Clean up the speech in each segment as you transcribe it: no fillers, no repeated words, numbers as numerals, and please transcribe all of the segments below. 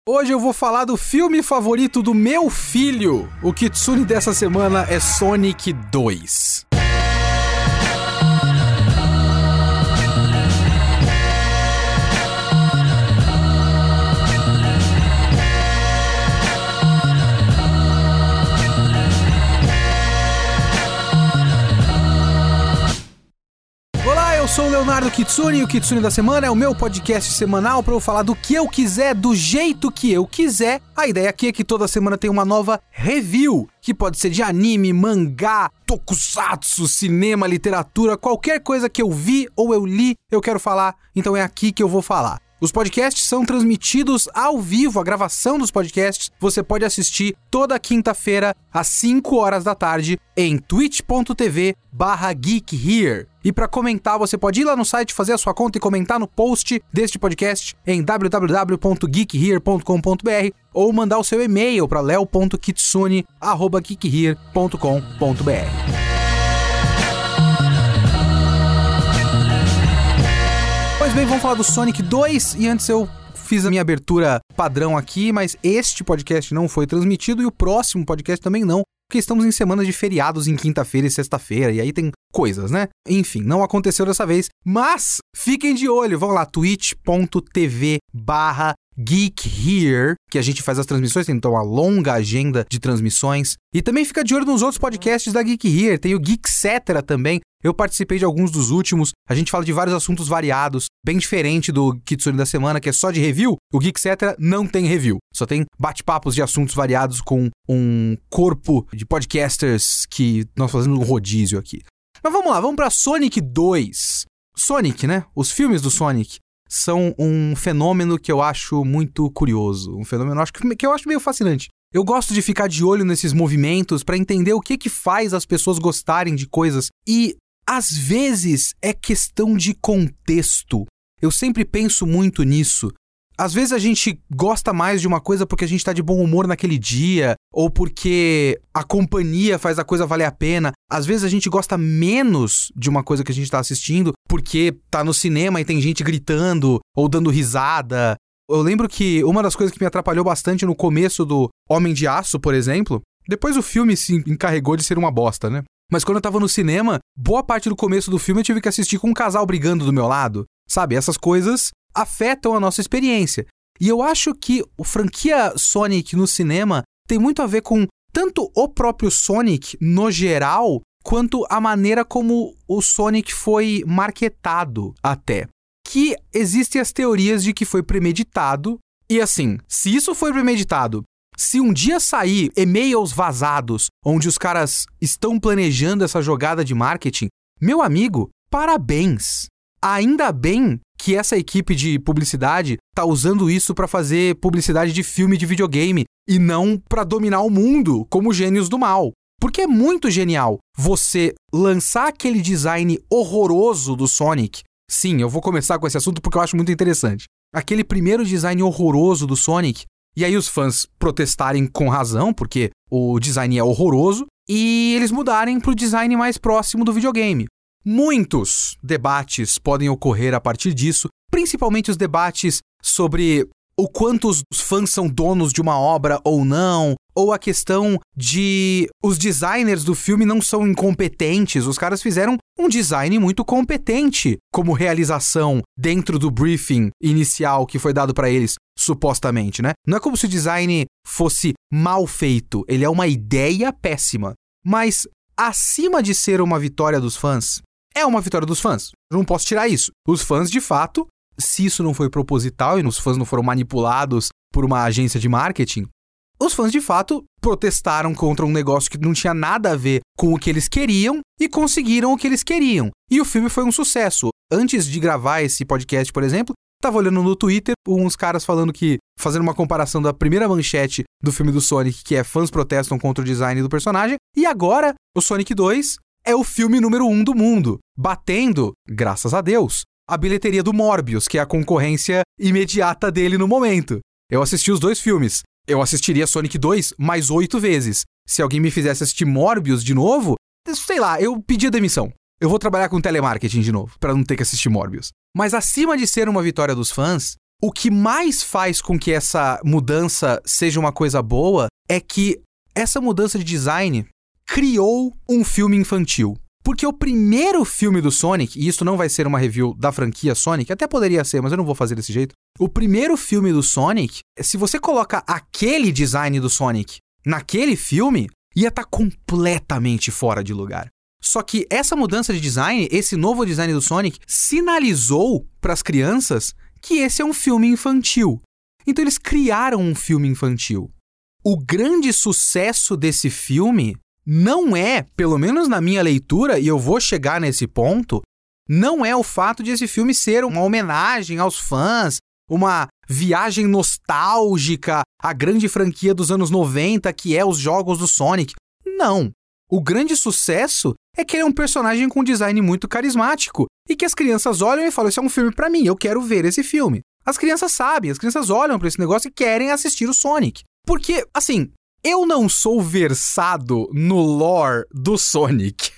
Hoje eu vou falar do filme favorito do meu filho. O Kitsune dessa semana é Sonic 2. Eu sou o Leonardo Kitsune e o Kitsune da Semana é o meu podcast semanal para eu falar do que eu quiser, do jeito que eu quiser. A ideia aqui é que toda semana tem uma nova review, que pode ser de anime, mangá, tokusatsu, cinema, literatura, qualquer coisa que eu vi ou eu li, eu quero falar, então é aqui que eu vou falar. Os podcasts são transmitidos ao vivo, a gravação dos podcasts você pode assistir toda quinta-feira às 5 horas da tarde em twitch.tv/geekhere. E para comentar, você pode ir lá no site, fazer a sua conta e comentar no post deste podcast em www.geekhere.com.br ou mandar o seu e-mail para leo.kitsune@geekhere.com.br. Pois bem, vamos falar do Sonic 2 e antes eu fiz a minha abertura padrão aqui, mas este podcast não foi transmitido e o próximo podcast também não, porque estamos em semanas de feriados em quinta-feira e sexta-feira e aí tem coisas, né? Enfim, não aconteceu dessa vez, mas fiquem de olho, vão lá, twitch.tv/geekhere, que a gente faz as transmissões, tem então uma longa agenda de transmissões. E também fica de olho nos outros podcasts da Geekhere, tem o Geekcetera também. Eu participei de alguns dos últimos, a gente fala de vários assuntos variados, bem diferente do Kitsune da Semana, que é só de review. O Geekcetera não tem review, só tem bate-papos de assuntos variados com um corpo de podcasters que nós fazemos um rodízio aqui. Mas vamos lá, vamos pra Sonic 2. Sonic, né? Os filmes do Sonic são um fenômeno que eu acho muito curioso, um fenômeno que eu acho meio fascinante. Eu gosto de ficar de olho nesses movimentos pra entender o que faz as pessoas gostarem de coisas e às vezes é questão de contexto. Eu sempre penso muito nisso. Às vezes a gente gosta mais de uma coisa porque a gente tá de bom humor naquele dia, ou porque a companhia faz a coisa valer a pena. Às vezes a gente gosta menos de uma coisa que a gente tá assistindo porque tá no cinema e tem gente gritando ou dando risada. Eu lembro que uma das coisas que me atrapalhou bastante no começo do Homem de Aço, por exemplo, depois o filme se encarregou de ser uma bosta, né? Mas quando eu tava no cinema, boa parte do começo do filme eu tive que assistir com um casal brigando do meu lado. Sabe, essas coisas afetam a nossa experiência. E eu acho que a franquia Sonic no cinema tem muito a ver com tanto o próprio Sonic, no geral, quanto a maneira como o Sonic foi marketado até. Que existem as teorias de que foi premeditado. E assim, se isso foi premeditado, se um dia sair e-mails vazados onde os caras estão planejando essa jogada de marketing, meu amigo, parabéns! Ainda bem que essa equipe de publicidade tá usando isso pra fazer publicidade de filme de videogame e não pra dominar o mundo como gênios do mal. Porque é muito genial você lançar aquele design horroroso do Sonic. Sim, eu vou começar com esse assunto porque eu acho muito interessante. Aquele primeiro design horroroso do Sonic, e aí os fãs protestarem com razão, porque o design é horroroso, e eles mudarem pro design mais próximo do videogame. Muitos debates podem ocorrer a partir disso, principalmente os debates sobre o quanto os fãs são donos de uma obra ou não, ou a questão de os designers do filme não são incompetentes, os caras fizeram um design muito competente como realização dentro do briefing inicial que foi dado pra eles, supostamente, né? Não é como se o design fosse mal feito, ele é uma ideia péssima, mas acima de ser uma vitória dos fãs, é uma vitória dos fãs, eu não posso tirar isso. Os fãs, de fato, se isso não foi proposital e os fãs não foram manipulados por uma agência de marketing, os fãs, de fato, protestaram contra um negócio que não tinha nada a ver com o que eles queriam e conseguiram o que eles queriam. E o filme foi um sucesso. Antes de gravar esse podcast, por exemplo, tava olhando no Twitter uns caras falando que, fazendo uma comparação da primeira manchete do filme do Sonic, que é fãs protestam contra o design do personagem, e agora o Sonic 2 é o filme número 1 do mundo, batendo, graças a Deus, a bilheteria do Morbius, que é a concorrência imediata dele no momento. Eu assisti os dois filmes. Eu assistiria Sonic 2 mais 8 vezes. Se alguém me fizesse assistir Morbius de novo, sei lá, eu pedia demissão. Eu vou trabalhar com telemarketing de novo, pra não ter que assistir Morbius. Mas acima de ser uma vitória dos fãs, o que mais faz com que essa mudança seja uma coisa boa é que essa mudança de design criou um filme infantil. Porque o primeiro filme do Sonic, e isso não vai ser uma review da franquia Sonic, até poderia ser, mas eu não vou fazer desse jeito. O primeiro filme do Sonic, se você coloca aquele design do Sonic naquele filme, ia estar completamente fora de lugar. Só que essa mudança de design, esse novo design do Sonic, sinalizou para as crianças que esse é um filme infantil. Então eles criaram um filme infantil. O grande sucesso desse filme não é, pelo menos na minha leitura, e eu vou chegar nesse ponto, não é o fato de esse filme ser uma homenagem aos fãs, uma viagem nostálgica à grande franquia dos anos 90, que é os jogos do Sonic. Não. O grande sucesso é que ele é um personagem com um design muito carismático e que as crianças olham e falam, isso é um filme pra mim, eu quero ver esse filme. As crianças sabem, as crianças olham pra esse negócio e querem assistir o Sonic. Porque, assim, eu não sou versado no lore do Sonic.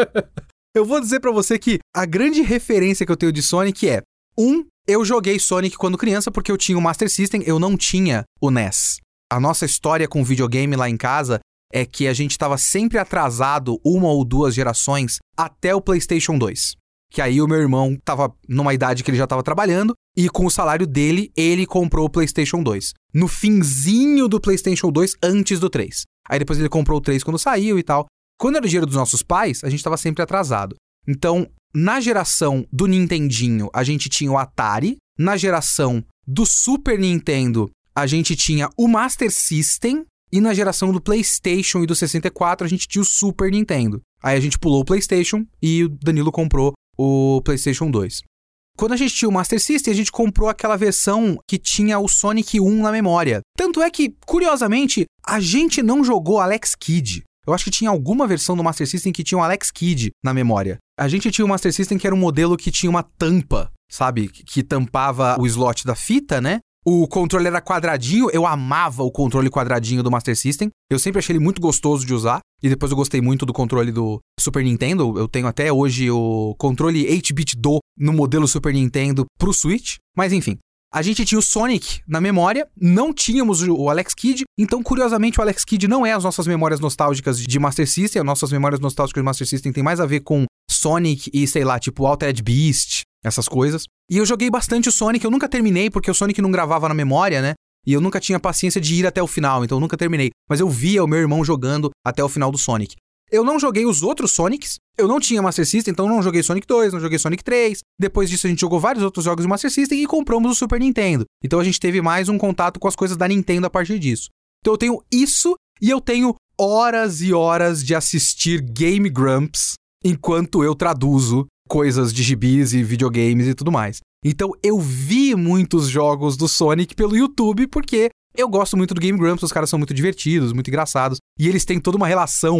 Eu vou dizer pra você que a grande referência que eu tenho de Sonic é, eu joguei Sonic quando criança porque eu tinha o Master System, eu não tinha o NES. A nossa história com videogame lá em casa é que a gente estava sempre atrasado 1 ou 2 gerações até o PlayStation 2. Que aí o meu irmão estava numa idade que ele já estava trabalhando e com o salário dele, ele comprou o PlayStation 2. No finzinho do PlayStation 2, antes do 3. Aí depois ele comprou o 3 quando saiu e tal. Quando era o dinheiro dos nossos pais, a gente estava sempre atrasado. Então, na geração do Nintendinho, a gente tinha o Atari. Na geração do Super Nintendo, a gente tinha o Master System. E na geração do PlayStation e do 64, a gente tinha o Super Nintendo. Aí a gente pulou o PlayStation e o Danilo comprou o PlayStation 2. Quando a gente tinha o Master System, a gente comprou aquela versão que tinha o Sonic 1 na memória. Tanto é que, curiosamente, a gente não jogou Alex Kidd. Eu acho que tinha alguma versão do Master System que tinha o Alex Kidd na memória. A gente tinha o Master System que era um modelo que tinha uma tampa, sabe? Que tampava o slot da fita, né? O controle era quadradinho, eu amava o controle quadradinho do Master System. Eu sempre achei ele muito gostoso de usar. E depois eu gostei muito do controle do Super Nintendo. Eu tenho até hoje o controle 8-bit Do no modelo Super Nintendo pro Switch. Mas enfim, a gente tinha o Sonic na memória, não tínhamos o Alex Kidd. Então, curiosamente, o Alex Kidd não é as nossas memórias nostálgicas de Master System. As nossas memórias nostálgicas de Master System tem mais a ver com Sonic e, sei lá, tipo Altered Beast, essas coisas. E eu joguei bastante o Sonic, eu nunca terminei, porque o Sonic não gravava na memória, né? E eu nunca tinha paciência de ir até o final, então eu nunca terminei. Mas eu via o meu irmão jogando até o final do Sonic. Eu não joguei os outros Sonics, eu não tinha Master System, então não joguei Sonic 2, não joguei Sonic 3. Depois disso a gente jogou vários outros jogos de Master System e compramos o Super Nintendo. Então a gente teve mais um contato com as coisas da Nintendo a partir disso. Então eu tenho isso e eu tenho horas e horas de assistir Game Grumps enquanto eu traduzo coisas de gibis e videogames e tudo mais. Então eu vi muitos jogos do Sonic pelo YouTube porque eu gosto muito do Game Grumps, os caras são muito divertidos, muito engraçados, e eles têm toda uma relação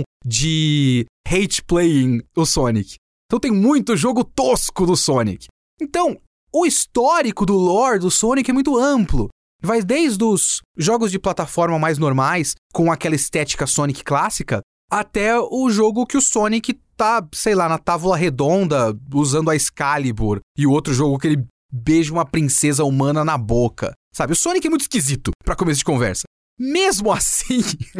de hate playing o Sonic. Então tem muito jogo tosco do Sonic. Então, o histórico do lore do Sonic é muito amplo. Vai desde os jogos de plataforma mais normais, com aquela estética Sonic clássica, até o jogo que o Sonic tá, sei lá, na Távola Redonda, usando a Excalibur, e o outro jogo que ele beija uma princesa humana na boca. Sabe, o Sonic é muito esquisito pra começo de conversa. Mesmo assim,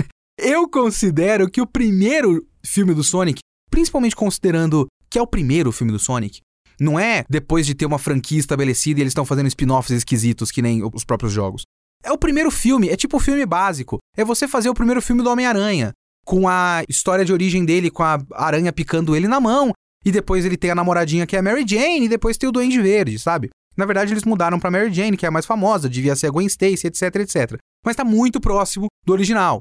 eu considero que o primeiro filme do Sonic, principalmente considerando que é o primeiro filme do Sonic, não é depois de ter uma franquia estabelecida e eles estão fazendo spin-offs esquisitos que nem os próprios jogos. É o primeiro filme, é tipo o filme básico. É você fazer o primeiro filme do Homem-Aranha, com a história de origem dele, com a aranha picando ele na mão, e depois ele tem a namoradinha que é a Mary Jane, e depois tem o Duende Verde, sabe? Na verdade, eles mudaram pra Mary Jane, que é a mais famosa, devia ser a Gwen Stacy, etc, etc. Mas tá muito próximo do original.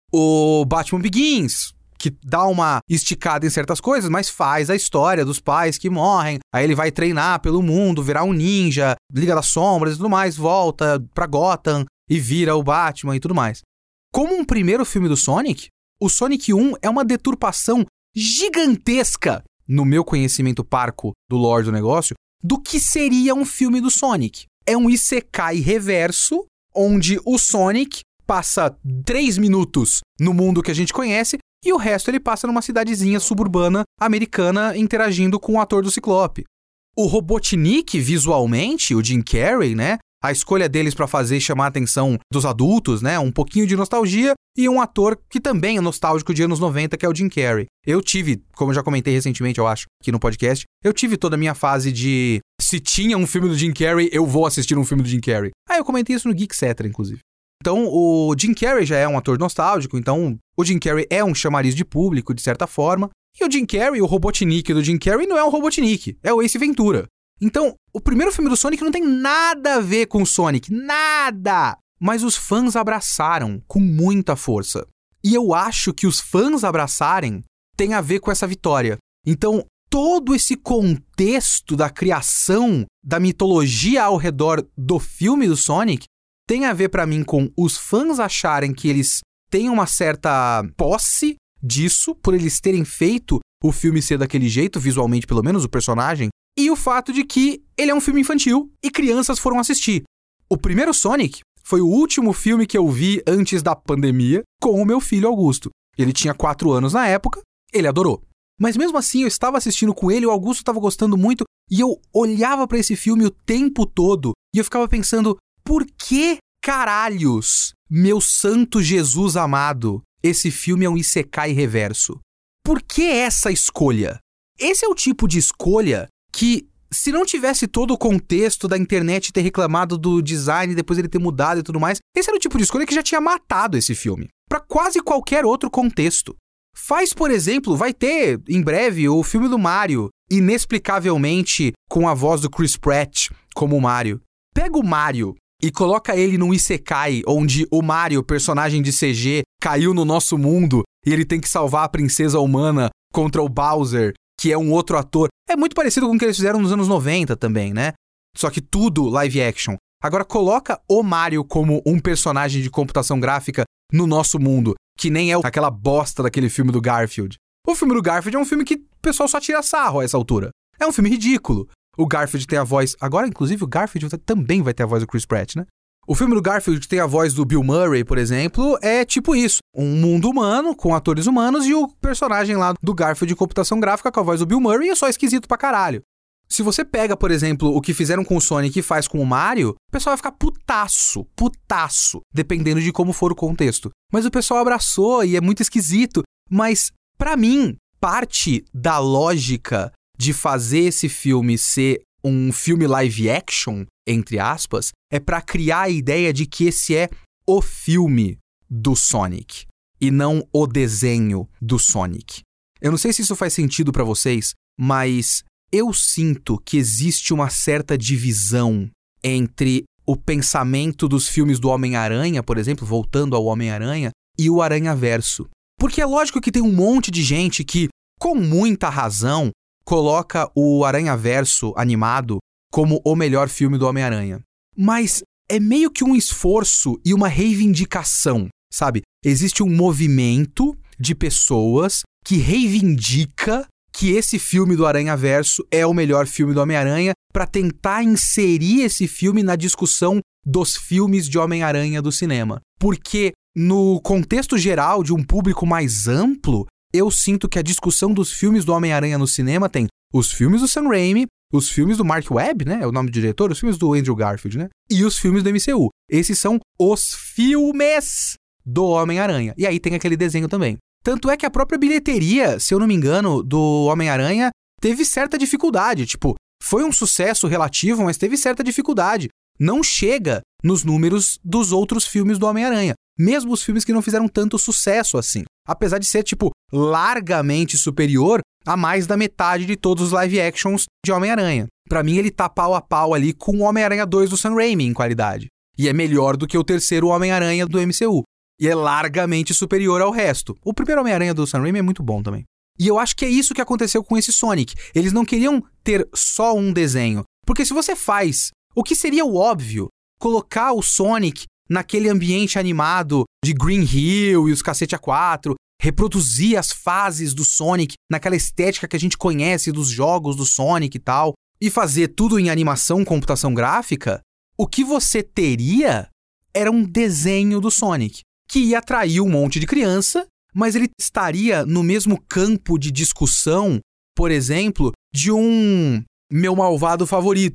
O Batman Begins, que dá uma esticada em certas coisas, mas faz a história dos pais que morrem. Aí ele vai treinar pelo mundo, virar um ninja, Liga das Sombras e tudo mais, volta pra Gotham e vira o Batman e tudo mais. Como um primeiro filme do Sonic, o Sonic 1 é uma deturpação gigantesca, no meu conhecimento parco do lore do negócio, do que seria um filme do Sonic. É um isekai reverso, onde o Sonic passa 3 minutos no mundo que a gente conhece e o resto ele passa numa cidadezinha suburbana americana interagindo com o ator do Ciclope. O Robotnik, visualmente, o Jim Carrey, né? a escolha deles pra fazer e chamar a atenção dos adultos, né? Um pouquinho de nostalgia e um ator que também é nostálgico de anos 90, que é o Jim Carrey. Eu tive, como eu já comentei recentemente, eu acho, aqui no podcast, eu tive toda a minha fase de se tinha um filme do Jim Carrey, eu vou assistir um filme do Jim Carrey. Eu comentei isso no Geek Etc, inclusive. Então, o Jim Carrey já é um ator nostálgico, então o Jim Carrey é um chamariz de público, de certa forma. E o Jim Carrey, o Robotnik do Jim Carrey, não é um Robotnik, é o Ace Ventura. Então, o primeiro filme do Sonic não tem nada a ver com o Sonic, nada! Mas os fãs abraçaram com muita força. E eu acho que os fãs abraçarem tem a ver com essa vitória. Então, todo esse contexto da criação da mitologia ao redor do filme do Sonic tem a ver pra mim com os fãs acharem que eles têm uma certa posse disso, por eles terem feito o filme ser daquele jeito, visualmente pelo menos, o personagem, e o fato de que ele é um filme infantil e crianças foram assistir. O primeiro Sonic foi o último filme que eu vi antes da pandemia com o meu filho Augusto. Ele tinha 4 anos na época, ele adorou. Mas mesmo assim, eu estava assistindo com ele, o Augusto estava gostando muito, e eu olhava pra esse filme o tempo todo, e eu ficava pensando, por que caralhos, meu santo Jesus amado, esse filme é um isekai reverso? Por que essa escolha? Esse é o tipo de escolha que, se não tivesse todo o contexto da internet ter reclamado do design, depois ele ter mudado e tudo mais, esse era o tipo de escolha que já tinha matado esse filme, pra quase qualquer outro contexto. Faz, por exemplo, vai ter, em breve, o filme do Mario, inexplicavelmente com a voz do Chris Pratt como o Mario. Pega o Mario e coloca ele num isekai, onde o Mario, personagem de CG, caiu no nosso mundo e ele tem que salvar a princesa humana contra o Bowser, que é um outro ator. É muito parecido com o que eles fizeram nos anos 90 também, né? Só que tudo live action. Agora coloca o Mario como um personagem de computação gráfica no nosso mundo, que nem é aquela bosta daquele filme do Garfield. O filme do Garfield é um filme que o pessoal só tira sarro a essa altura. É um filme ridículo. O Garfield tem a voz... Agora, inclusive, o Garfield também vai ter a voz do Chris Pratt, né? O filme do Garfield tem a voz do Bill Murray, por exemplo, é tipo isso. Um mundo humano, com atores humanos, e o personagem lá do Garfield de computação gráfica com a voz do Bill Murray é só esquisito pra caralho. Se você pega, por exemplo, o que fizeram com o Sonic e faz com o Mario, o pessoal vai ficar putaço, dependendo de como for o contexto. Mas o pessoal abraçou e é muito esquisito. Mas, pra mim, parte da lógica de fazer esse filme ser um filme live action, entre aspas, é pra criar a ideia de que esse é o filme do Sonic e não o desenho do Sonic. Eu não sei se isso faz sentido pra vocês, mas eu sinto que existe uma certa divisão entre o pensamento dos filmes do Homem-Aranha, por exemplo, voltando ao Homem-Aranha, e o Aranhaverso. Porque é lógico que tem um monte de gente que, com muita razão, coloca o Aranhaverso animado como o melhor filme do Homem-Aranha. Mas é meio que um esforço e uma reivindicação, sabe? Existe um movimento de pessoas que reivindica que esse filme do Aranhaverso é o melhor filme do Homem-Aranha para tentar inserir esse filme na discussão dos filmes de Homem-Aranha do cinema. Porque no contexto geral de um público mais amplo, eu sinto que a discussão dos filmes do Homem-Aranha no cinema tem os filmes do Sam Raimi, os filmes do Mark Webb, né? É o nome do diretor, os filmes do Andrew Garfield, né? E os filmes do MCU. Esses são os filmes do Homem-Aranha. E aí tem aquele desenho também. Tanto é que a própria bilheteria, se eu não me engano, do Homem-Aranha teve certa dificuldade. Tipo, foi um sucesso relativo, mas teve certa dificuldade. Não chega nos números dos outros filmes do Homem-Aranha. Mesmo os filmes que não fizeram tanto sucesso assim. Apesar de ser, tipo, largamente superior a mais da metade de todos os live actions de Homem-Aranha. Pra mim, ele tá pau a pau ali com o Homem-Aranha 2 do Sam Raimi em qualidade. E é melhor do que o terceiro Homem-Aranha do MCU. E é largamente superior ao resto. O primeiro Homem-Aranha do Sam Raimi é muito bom também. E eu acho que é isso que aconteceu com esse Sonic. Eles não queriam ter só um desenho. Porque se você faz o que seria o óbvio, colocar o Sonic naquele ambiente animado de Green Hill e os cacete A4, reproduzir as fases do Sonic naquela estética que a gente conhece dos jogos do Sonic e tal, e fazer tudo em animação, computação gráfica, o que você teria era um desenho do Sonic, que ia atrair um monte de criança, mas ele estaria no mesmo campo de discussão, por exemplo, de um Meu Malvado Favorito.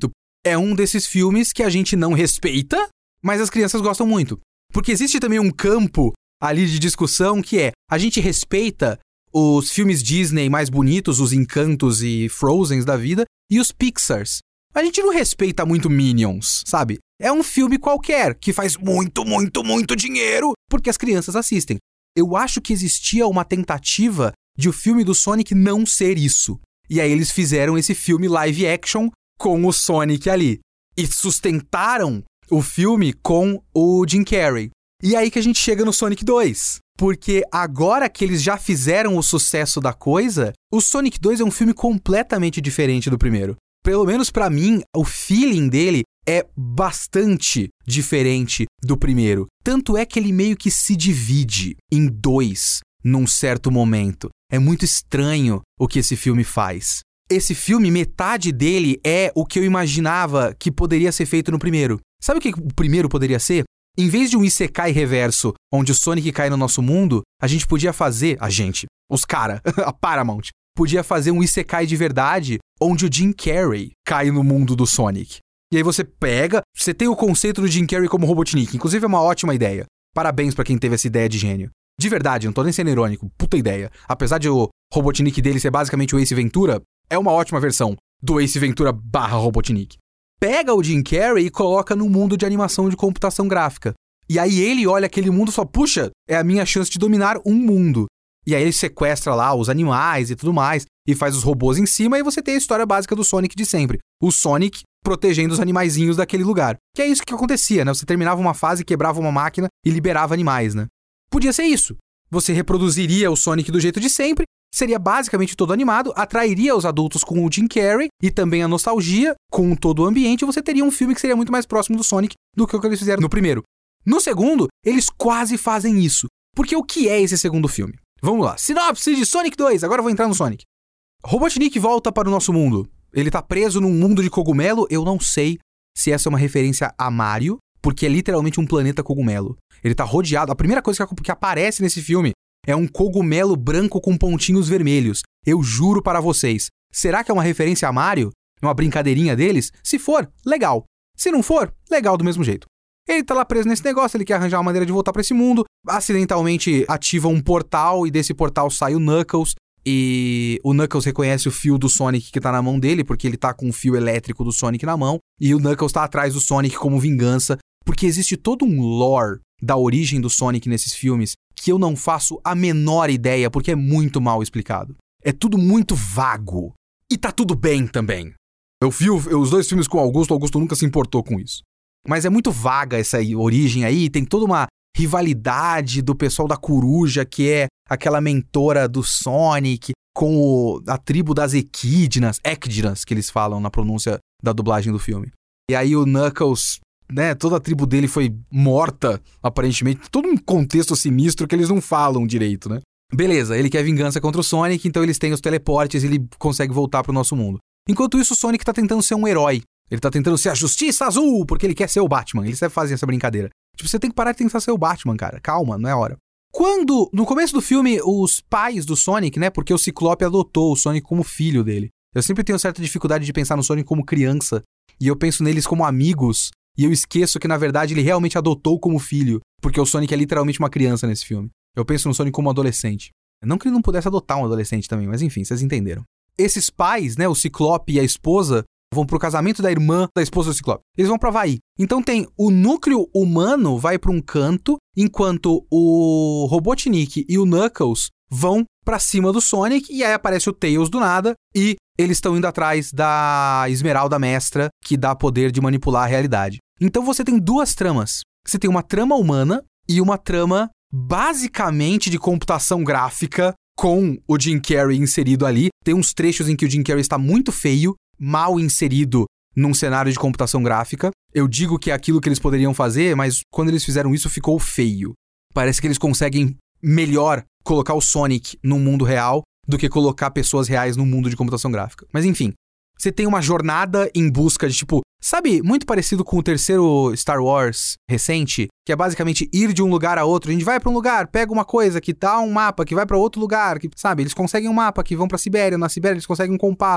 é um desses filmes que a gente não respeita, mas as crianças gostam muito. Porque existe também um campo ali de discussão que é, a gente respeita os filmes Disney mais bonitos, os Encantos e Frozens da vida, e os Pixars. A gente não respeita muito Minions, sabe? É um filme qualquer, que faz muito, muito, muito dinheiro, porque as crianças assistem. Eu acho que existia uma tentativa de o filme do Sonic não ser isso. E aí eles fizeram esse filme live action com o Sonic ali. E sustentaram o filme com o Jim Carrey. E aí que a gente chega no Sonic 2. Porque agora que eles já fizeram o sucesso da coisa, o Sonic 2 é um filme completamente diferente do primeiro. Pelo menos pra mim, o feeling dele é bastante diferente do primeiro. Tanto é que ele meio que se divide em dois num certo momento. É muito estranho o que esse filme faz. Esse filme, metade dele é o que eu imaginava que poderia ser feito no primeiro. Sabe o que o primeiro poderia ser? Em vez de um Isekai reverso, onde o Sonic cai no nosso mundo, a gente podia fazer... os cara, a Paramount, podia fazer um Isekai de verdade, onde o Jim Carrey cai no mundo do Sonic. E aí você tem o conceito do Jim Carrey como Robotnik, inclusive é uma ótima ideia. Parabéns pra quem teve essa ideia de gênio. De verdade, não tô nem sendo irônico, puta ideia. Apesar de o Robotnik dele ser basicamente o Ace Ventura, é uma ótima versão do Ace Ventura / Robotnik. Pega o Jim Carrey e coloca num mundo de animação de computação gráfica. E aí ele olha aquele mundo e fala, puxa, é a minha chance de dominar um mundo. E aí ele sequestra lá os animais e tudo mais, e faz os robôs em cima, e você tem a história básica do Sonic de sempre. O Sonic protegendo os animaizinhos daquele lugar. Que é isso que acontecia, né? Você terminava uma fase, quebrava uma máquina e liberava animais, né? Podia ser isso. Você reproduziria o Sonic do jeito de sempre, seria basicamente todo animado, atrairia os adultos com o Jim Carrey e também a nostalgia com todo o ambiente, e você teria um filme que seria muito mais próximo do Sonic do que o que eles fizeram no primeiro. No segundo, eles quase fazem isso. Porque o que é esse segundo filme? Vamos lá. Sinopse de Sonic 2. Agora eu vou entrar no Sonic. Robotnik volta para o nosso mundo. Ele tá preso num mundo de cogumelo. Eu não sei se essa é uma referência a Mario, porque é literalmente um planeta cogumelo. Ele tá rodeado. A primeira coisa que aparece nesse filme é um cogumelo branco com pontinhos vermelhos. Eu juro para vocês. Será que é uma referência a Mario? É uma brincadeirinha deles? Se for, legal. Se não for, legal do mesmo jeito. Ele tá lá preso nesse negócio, ele quer arranjar uma maneira de voltar pra esse mundo. Acidentalmente ativa um portal e desse portal sai o Knuckles. E o Knuckles reconhece o fio do Sonic que tá na mão dele, porque ele tá com o fio elétrico do Sonic na mão. E o Knuckles tá atrás do Sonic como vingança, porque existe todo um lore da origem do Sonic nesses filmes que eu não faço a menor ideia, porque é muito mal explicado. É tudo muito vago. E tá tudo bem também. Eu vi os dois filmes com o Augusto nunca se importou com isso. Mas é muito vaga essa origem aí, tem toda uma rivalidade do pessoal da Coruja, que é aquela mentora do Sonic, com a tribo das Echidnas, que eles falam na pronúncia da dublagem do filme. E aí o Knuckles, né, toda a tribo dele foi morta, aparentemente, todo um contexto sinistro que eles não falam direito, né? Beleza, ele quer vingança contra o Sonic, então eles têm os teleportes e ele consegue voltar pro nosso mundo. Enquanto isso, o Sonic tá tentando ser um herói. Ele tá tentando ser a Justiça Azul, porque ele quer ser o Batman. Eles sempre fazem essa brincadeira. Tipo, você tem que parar de tentar ser o Batman, cara. Calma, não é hora. Quando, no começo do filme, os pais do Sonic, né, porque o Ciclope adotou o Sonic como filho dele. Eu sempre tenho certa dificuldade de pensar no Sonic como criança, e eu penso neles como amigos, e eu esqueço que, na verdade, ele realmente adotou como filho, porque o Sonic é literalmente uma criança nesse filme. Eu penso no Sonic como um adolescente. Não que ele não pudesse adotar um adolescente também, mas enfim, vocês entenderam. Esses pais, né, o Ciclope e a esposa, vão pro casamento da irmã da esposa do Ciclope. Eles vão pra Havaí. Então tem o núcleo humano vai pra um canto, enquanto o Robotnik e o Knuckles vão pra cima do Sonic, e aí aparece o Tails do nada, e eles estão indo atrás da Esmeralda Mestra, que dá poder de manipular a realidade. Então você tem duas tramas. Você tem uma trama humana e uma trama basicamente de computação gráfica, com o Jim Carrey inserido ali. Tem uns trechos em que o Jim Carrey está muito feio, mal inserido num cenário de computação gráfica. Eu digo que é aquilo que eles poderiam fazer, mas quando eles fizeram isso ficou feio. Parece que eles conseguem melhor colocar o Sonic num mundo real do que colocar pessoas reais num mundo de computação gráfica. Mas enfim, você tem uma jornada em busca de tipo... Sabe, muito parecido com o terceiro Star Wars recente, que é basicamente ir de um lugar a outro. A gente vai pra um lugar, pega uma coisa que tá um mapa, que vai pra outro lugar, que, sabe, eles conseguem um mapa, que vão pra Sibéria, na Sibéria eles conseguem um compasso.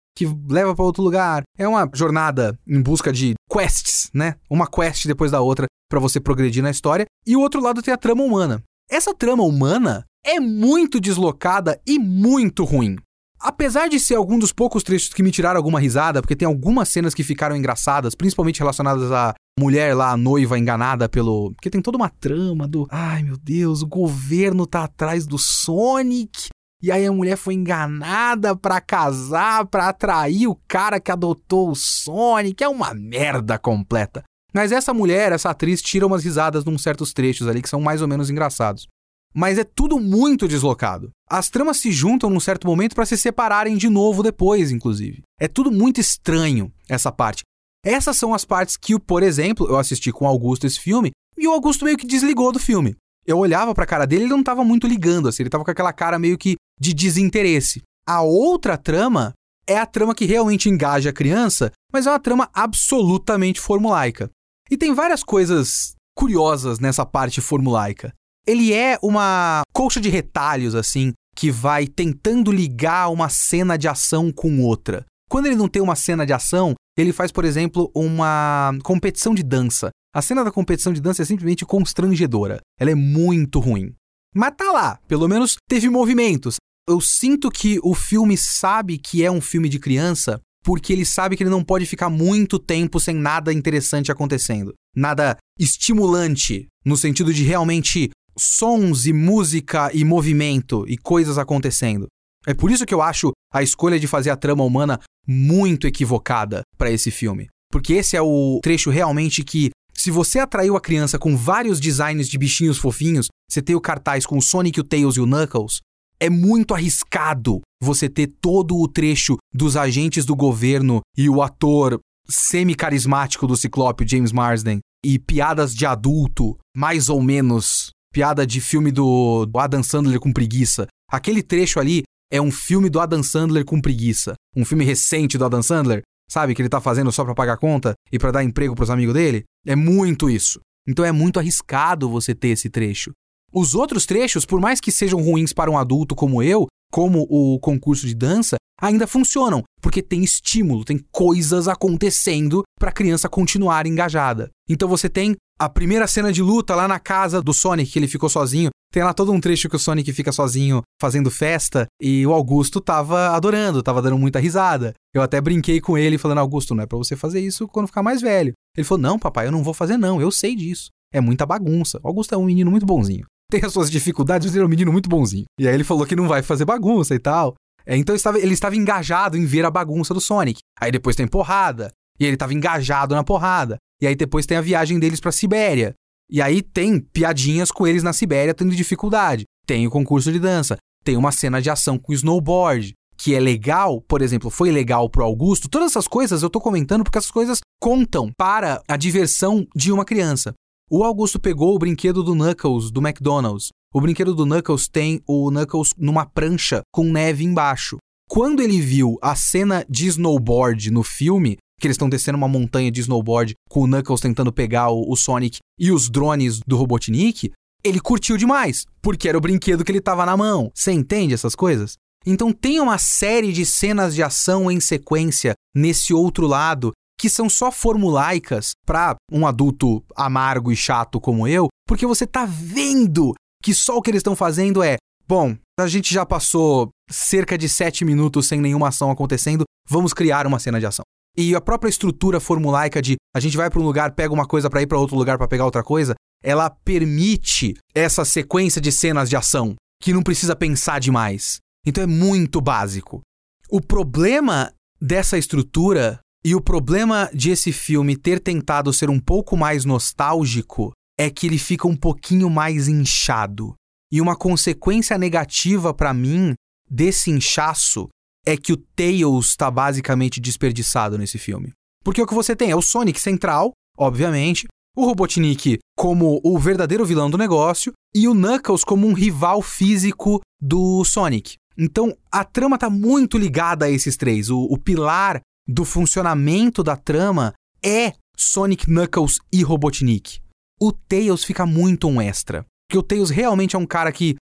que leva pra outro lugar. É uma jornada em busca de quests, né? Uma quest depois da outra pra você progredir na história. E o outro lado tem a trama humana. Essa trama humana é muito deslocada e muito ruim. Apesar de ser algum dos poucos trechos que me tiraram alguma risada, porque tem algumas cenas que ficaram engraçadas, principalmente relacionadas à mulher lá, a noiva enganada pelo... Porque tem toda uma trama do... Ai, meu Deus, o governo tá atrás do Sonic. E aí a mulher foi enganada pra casar, pra atrair o cara que adotou o Sonic. É uma merda completa. Mas essa mulher, essa atriz, tira umas risadas num certos trechos ali que são mais ou menos engraçados. Mas é tudo muito deslocado. As tramas se juntam num certo momento pra se separarem de novo depois, inclusive. É tudo muito estranho, essa parte. Essas são as partes que, por exemplo, eu assisti com o Augusto esse filme, e o Augusto meio que desligou do filme. Eu olhava pra cara dele e ele não tava muito ligando, assim, ele tava com aquela cara meio que de desinteresse. A outra trama é a trama que realmente engaja a criança, mas é uma trama absolutamente formulaica. E tem várias coisas curiosas nessa parte formulaica. Ele é uma colcha de retalhos, assim, que vai tentando ligar uma cena de ação com outra. Quando ele não tem uma cena de ação, ele faz, por exemplo, uma competição de dança. A cena da competição de dança é simplesmente constrangedora. Ela é muito ruim. Mas tá lá, pelo menos teve movimentos. Eu sinto que o filme sabe que é um filme de criança, porque ele sabe que ele não pode ficar muito tempo sem nada interessante acontecendo. Nada estimulante, no sentido de realmente sons e música e movimento e coisas acontecendo. É por isso que eu acho a escolha de fazer a trama humana muito equivocada para esse filme. Porque esse é o trecho realmente que, se você atraiu a criança com vários designs de bichinhos fofinhos, você tem o cartaz com o Sonic, o Tails e o Knuckles, é muito arriscado você ter todo o trecho dos agentes do governo e o ator semi-carismático do Ciclope, James Marsden, e piadas de adulto, mais ou menos, piada de filme do Adam Sandler com preguiça. Aquele trecho ali é um filme do Adam Sandler com preguiça. Um filme recente do Adam Sandler, sabe? Que ele tá fazendo só pra pagar conta e pra dar emprego pros amigos dele. É muito isso. Então é muito arriscado você ter esse trecho. Os outros trechos, por mais que sejam ruins para um adulto como eu, como o concurso de dança, ainda funcionam, porque tem estímulo, tem coisas acontecendo pra criança continuar engajada. Então você tem a primeira cena de luta lá na casa do Sonic, que ele ficou sozinho. Tem lá todo um trecho que o Sonic fica sozinho fazendo festa e o Augusto tava adorando, tava dando muita risada. Eu até brinquei com ele falando, Augusto, não é pra você fazer isso quando ficar mais velho. Ele falou, não, papai, eu não vou fazer não, eu sei disso. É muita bagunça. O Augusto é um menino muito bonzinho. Tem as suas dificuldades, mas ele é um menino muito bonzinho. E aí ele falou que não vai fazer bagunça e tal. Então ele estava engajado em ver a bagunça do Sonic. Aí depois tem porrada. E ele estava engajado na porrada. E aí depois tem a viagem deles pra Sibéria. E aí tem piadinhas com eles na Sibéria tendo dificuldade. Tem o concurso de dança. Tem uma cena de ação com o snowboard, que é legal, por exemplo, foi legal pro Augusto. Todas essas coisas eu tô comentando porque essas coisas contam para a diversão de uma criança. O Augusto pegou o brinquedo do Knuckles, do McDonald's. O brinquedo do Knuckles tem o Knuckles numa prancha com neve embaixo. Quando ele viu a cena de snowboard no filme, que eles estão descendo uma montanha de snowboard com o Knuckles tentando pegar o Sonic e os drones do Robotnik, ele curtiu demais, porque era o brinquedo que ele tava na mão. Você entende essas coisas? Então tem uma série de cenas de ação em sequência nesse outro lado que são só formulaicas para um adulto amargo e chato como eu, porque você tá vendo que só o que eles estão fazendo é, bom, a gente já passou cerca de 7 minutos sem nenhuma ação acontecendo, vamos criar uma cena de ação. E a própria estrutura formulaica de a gente vai para um lugar, pega uma coisa para ir para outro lugar para pegar outra coisa, ela permite essa sequência de cenas de ação que não precisa pensar demais. Então é muito básico. O problema dessa estrutura e o problema de esse filme ter tentado ser um pouco mais nostálgico é que ele fica um pouquinho mais inchado. E uma consequência negativa pra mim desse inchaço é que o Tails tá basicamente desperdiçado nesse filme. Porque o que você tem é o Sonic central, obviamente, o Robotnik como o verdadeiro vilão do negócio e o Knuckles como um rival físico do Sonic. Então a trama tá muito ligada a esses três. O pilar do funcionamento da trama é Sonic, Knuckles e Robotnik. O Tails fica muito um extra. Porque o Tails realmente é um cara que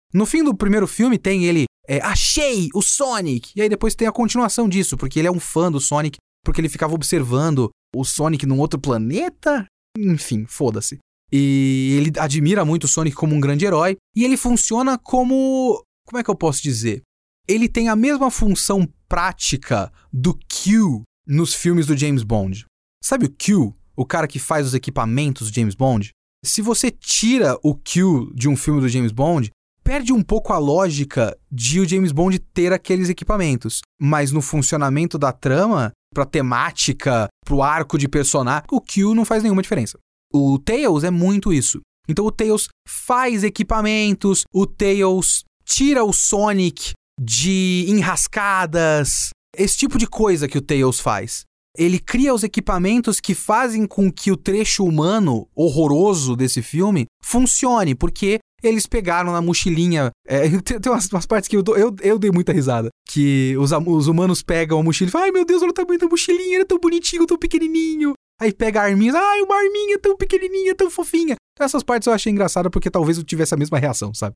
No fim do primeiro filme tem ele, achei o Sonic! E aí depois tem a continuação disso, porque ele é um fã do Sonic, porque ele ficava observando o Sonic num outro planeta. Enfim, foda-se. E ele admira muito o Sonic como um grande herói, e ele funciona como... Como é que eu posso dizer? Ele tem a mesma função prática do Q nos filmes do James Bond. Sabe o Q? O cara que faz os equipamentos do James Bond? Se você tira o Q de um filme do James Bond, perde um pouco a lógica de o James Bond ter aqueles equipamentos. Mas no funcionamento da trama, pra temática, pro arco de personagem, o Q não faz nenhuma diferença. O Tails é muito isso. Então o Tails faz equipamentos, o Tails tira o Sonic de enrascadas, esse tipo de coisa que o Tails faz. Ele cria os equipamentos que fazem com que o trecho humano horroroso desse filme funcione, porque eles pegaram na mochilinha... tem umas partes que eu dei muita risada, que os humanos pegam a mochila e falam, ai meu Deus, olha o tamanho da mochilinha, ele é tão bonitinho, tão pequenininho. Aí pega a arminha, ai, uma arminha tão pequenininha, tão fofinha. Essas partes eu achei engraçada porque talvez eu tivesse a mesma reação, sabe?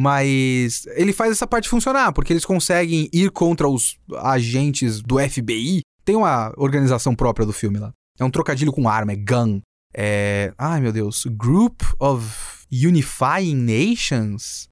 Mas ele faz essa parte funcionar, porque eles conseguem ir contra os agentes do FBI. Tem uma organização própria do filme lá. É um trocadilho com arma, é gun. Ai, meu Deus. Group of Unifying Nations?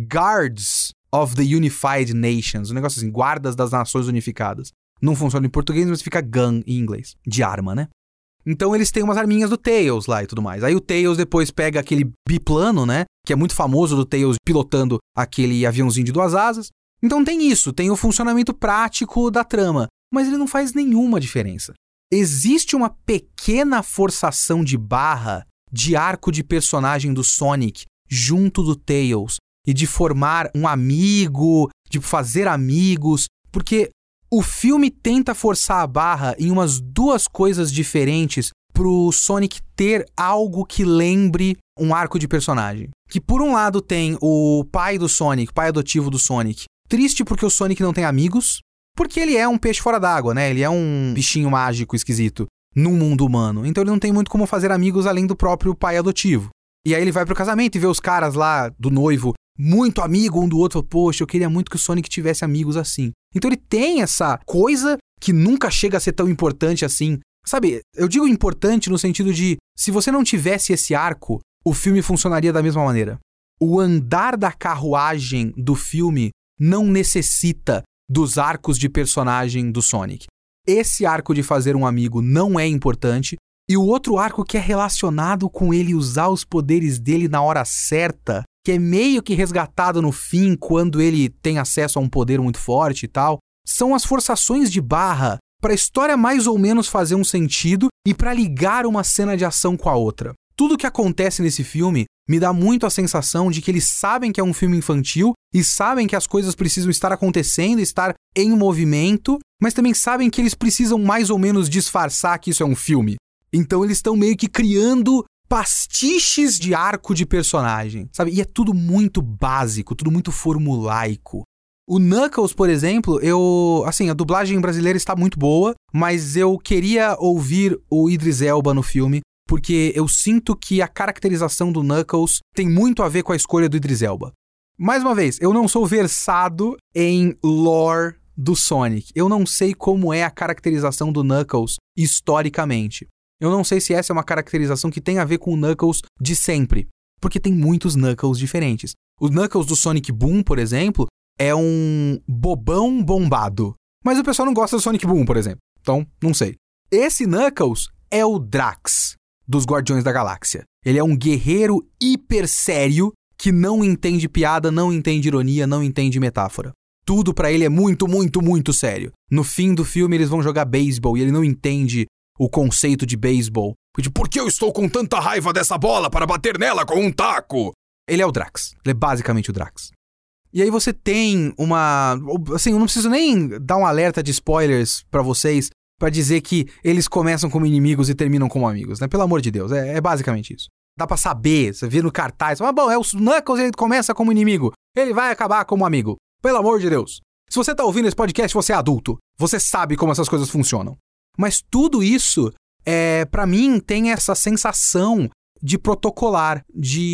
Guards of the Unified Nations. Um negócio assim, guardas das nações unificadas. Não funciona em português, mas fica gun em inglês. De arma, né? Então eles têm umas arminhas do Tails lá e tudo mais. Aí o Tails depois pega aquele biplano, né? Que é muito famoso do Tails pilotando aquele aviãozinho de 2 asas. Então tem isso, tem o funcionamento prático da trama. Mas ele não faz nenhuma diferença. Existe uma pequena forçação de barra de arco de personagem do Sonic junto do Tails. E de formar um amigo, de fazer amigos. Porque o filme tenta forçar a barra em umas 2 coisas diferentes pro Sonic ter algo que lembre um arco de personagem. Que por um lado tem o pai do Sonic, pai adotivo do Sonic, triste porque o Sonic não tem amigos, porque ele é um peixe fora d'água, né? Ele é um bichinho mágico esquisito num mundo humano. Então ele não tem muito como fazer amigos além do próprio pai adotivo. E aí ele vai pro casamento e vê os caras lá do noivo muito amigo um do outro. Poxa, eu queria muito que o Sonic tivesse amigos assim. Então ele tem essa coisa que nunca chega a ser tão importante assim. Sabe, eu digo importante no sentido de, se você não tivesse esse arco, o filme funcionaria da mesma maneira. O andar da carruagem do filme não necessita dos arcos de personagem do Sonic. Esse arco de fazer um amigo não é importante, e o outro arco que é relacionado com ele usar os poderes dele na hora certa, que é meio que resgatado no fim, quando ele tem acesso a um poder muito forte e tal, são as forçações de barra para a história mais ou menos fazer um sentido e para ligar uma cena de ação com a outra. Tudo que acontece nesse filme me dá muito a sensação de que eles sabem que é um filme infantil e sabem que as coisas precisam estar acontecendo, estar em movimento, mas também sabem que eles precisam mais ou menos disfarçar que isso é um filme. Então eles estão meio que criando pastiches de arco de personagem, sabe? E é tudo muito básico, tudo muito formulaico. O Knuckles, por exemplo, a dublagem brasileira está muito boa, mas eu queria ouvir o Idris Elba no filme, porque eu sinto que a caracterização do Knuckles tem muito a ver com a escolha do Idris Elba. Mais uma vez, eu não sou versado em lore do Sonic. Eu não sei como é a caracterização do Knuckles historicamente. Eu não sei se essa é uma caracterização que tem a ver com o Knuckles de sempre, porque tem muitos Knuckles diferentes. O Knuckles do Sonic Boom, por exemplo, é um bobão bombado. Mas o pessoal não gosta do Sonic Boom, por exemplo. Então, não sei. Esse Knuckles é o Drax dos Guardiões da Galáxia. Ele é um guerreiro hiper sério que não entende piada, não entende ironia, não entende metáfora. Tudo pra ele é muito, muito, muito sério. No fim do filme eles vão jogar beisebol e ele não entende o conceito de beisebol. Por que eu estou com tanta raiva dessa bola para bater nela com um taco? Ele é o Drax. Ele é basicamente o Drax. E aí você tem uma... Assim, eu não preciso nem dar um alerta de spoilers pra vocês pra dizer que eles começam como inimigos e terminam como amigos, né? Pelo amor de Deus, é basicamente isso. Dá pra saber, você vê no cartaz, bom, é o Knuckles, ele começa como inimigo, ele vai acabar como amigo. Pelo amor de Deus. Se você tá ouvindo esse podcast, você é adulto. Você sabe como essas coisas funcionam. Mas tudo isso, pra mim, tem essa sensação de protocolar, de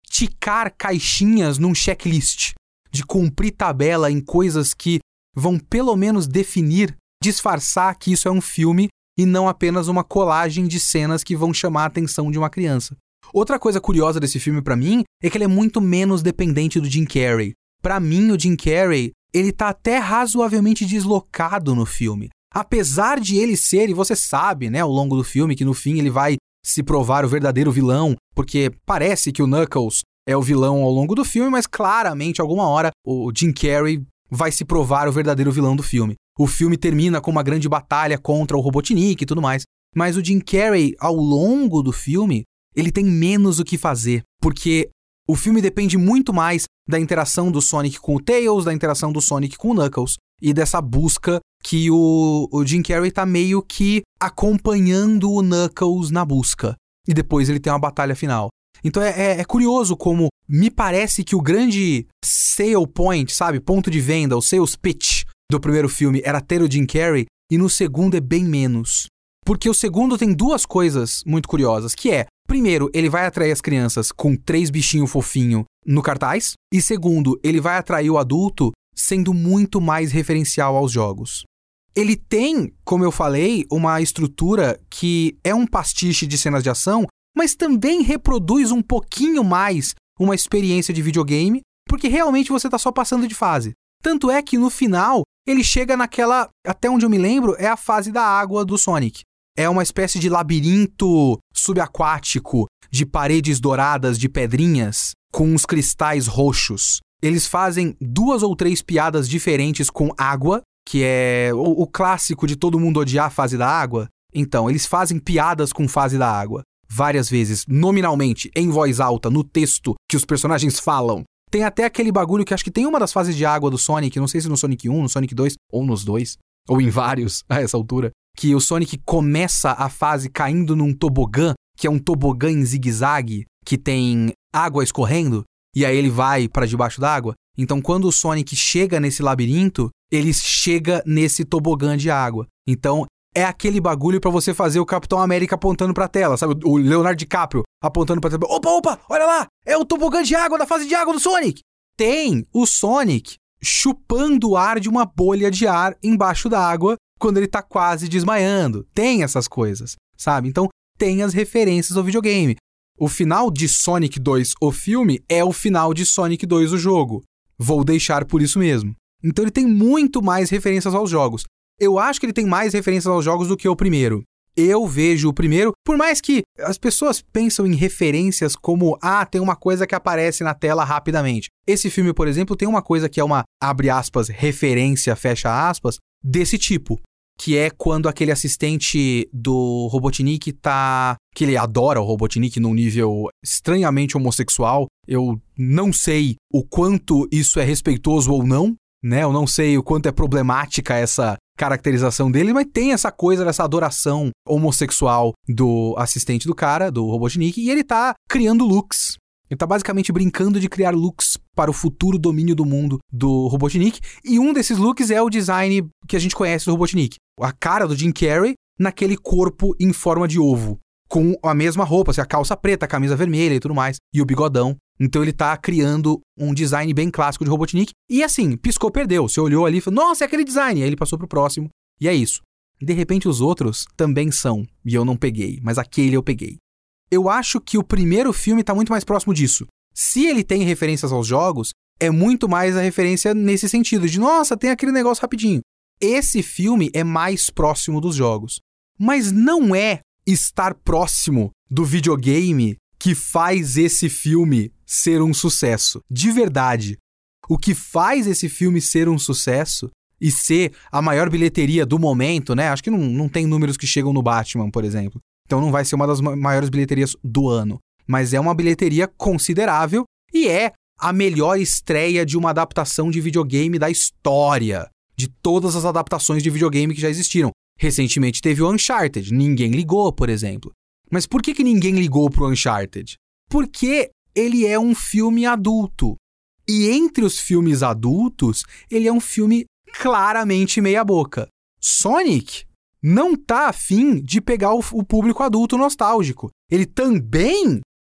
ticar caixinhas num checklist, de cumprir tabela em coisas que vão pelo menos definir, disfarçar que isso é um filme e não apenas uma colagem de cenas que vão chamar a atenção de uma criança. Outra coisa curiosa desse filme pra mim é que ele é muito menos dependente do Jim Carrey. Pra mim, o Jim Carrey, ele tá até razoavelmente deslocado no filme. Apesar de ele ser, e você sabe, né, ao longo do filme, que no fim ele vai se provar o verdadeiro vilão, porque parece que o Knuckles é o vilão ao longo do filme, mas claramente, alguma hora, o Jim Carrey vai se provar o verdadeiro vilão do filme. O filme termina com uma grande batalha contra o Robotnik e tudo mais. Mas o Jim Carrey, ao longo do filme, ele tem menos o que fazer, porque o filme depende muito mais da interação do Sonic com o Tails, da interação do Sonic com o Knuckles, e dessa busca que o Jim Carrey tá meio que acompanhando o Knuckles na busca. E depois ele tem uma batalha final. Então é curioso como me parece que o grande sale point, sabe, ponto de venda, o sales pitch do primeiro filme era ter o Jim Carrey, e no segundo é bem menos. Porque o segundo tem duas coisas muito curiosas, que é, primeiro, ele vai atrair as crianças com 3 bichinhos fofinhos no cartaz, e segundo, ele vai atrair o adulto sendo muito mais referencial aos jogos. Ele tem, como eu falei, uma estrutura que é um pastiche de cenas de ação, mas também reproduz um pouquinho mais uma experiência de videogame, porque realmente você tá só passando de fase. Tanto é que no final, ele chega naquela, até onde eu me lembro, é a fase da água do Sonic. É uma espécie de labirinto subaquático, de paredes douradas de pedrinhas, com uns cristais roxos. Eles fazem 2 ou 3 piadas diferentes com água, que é o clássico de todo mundo odiar a fase da água. Então, eles fazem piadas com fase da água. Várias vezes, nominalmente, em voz alta, no texto que os personagens falam. Tem até aquele bagulho que acho que tem uma das fases de água do Sonic, não sei se no Sonic 1, no Sonic 2, ou nos dois, ou em vários a essa altura, que o Sonic começa a fase caindo num tobogã, que é um tobogã em zigue-zague, que tem água escorrendo, e aí ele vai para debaixo d'água. Então, quando o Sonic chega nesse labirinto, ele chega nesse tobogã de água. Então, é aquele bagulho pra você fazer o Capitão América apontando pra tela, sabe? O Leonardo DiCaprio apontando pra tela. Opa, olha lá! É o tobogã de água da fase de água do Sonic! Tem o Sonic chupando o ar de uma bolha de ar embaixo da água quando ele tá quase desmaiando. Tem essas coisas, sabe? Então, tem as referências ao videogame. O final de Sonic 2, o filme, é o final de Sonic 2, o jogo. Vou deixar por isso mesmo. Então, ele tem muito mais referências aos jogos. Eu acho que ele tem mais referências aos jogos do que o primeiro. Eu vejo o primeiro, por mais que as pessoas pensam em referências como, tem uma coisa que aparece na tela rapidamente. Esse filme, por exemplo, tem uma coisa que é uma, abre aspas, referência, fecha aspas, desse tipo. Que é quando aquele assistente do Robotnik que ele adora o Robotnik num nível estranhamente homossexual. Eu não sei o quanto isso é respeitoso ou não, né? Eu não sei o quanto é problemática essa caracterização dele, mas tem essa coisa dessa adoração homossexual do assistente do cara, do Robotnik, e ele tá criando looks. Ele tá basicamente brincando de criar looks para o futuro domínio do mundo do Robotnik, e um desses looks é o design que a gente conhece do Robotnik. A cara do Jim Carrey naquele corpo em forma de ovo, com a mesma roupa, assim, a calça preta, a camisa vermelha e tudo mais, e o bigodão. Então ele tá criando um design bem clássico de Robotnik. E assim, piscou, perdeu. Você olhou ali e falou, nossa, é aquele design. E aí ele passou pro próximo. E é isso. De repente os outros também são. E eu não peguei. Mas aquele eu peguei. Eu acho que o primeiro filme tá muito mais próximo disso. Se ele tem referências aos jogos, é muito mais a referência nesse sentido. De, nossa, tem aquele negócio rapidinho. Esse filme é mais próximo dos jogos. Mas não é estar próximo do videogame que faz esse filme ser um sucesso. De verdade. O que faz esse filme ser um sucesso e ser a maior bilheteria do momento, né? Acho que não tem números que chegam no Batman, por exemplo. Então não vai ser uma das maiores bilheterias do ano. Mas é uma bilheteria considerável e é a melhor estreia de uma adaptação de videogame da história. De todas as adaptações de videogame que já existiram. Recentemente teve o Uncharted. Ninguém ligou, por exemplo. Mas por que ninguém ligou pro Uncharted? Porque ele é um filme adulto. E entre os filmes adultos, ele é um filme claramente meia boca. Sonic não tá afim de pegar o público adulto nostálgico. Ele também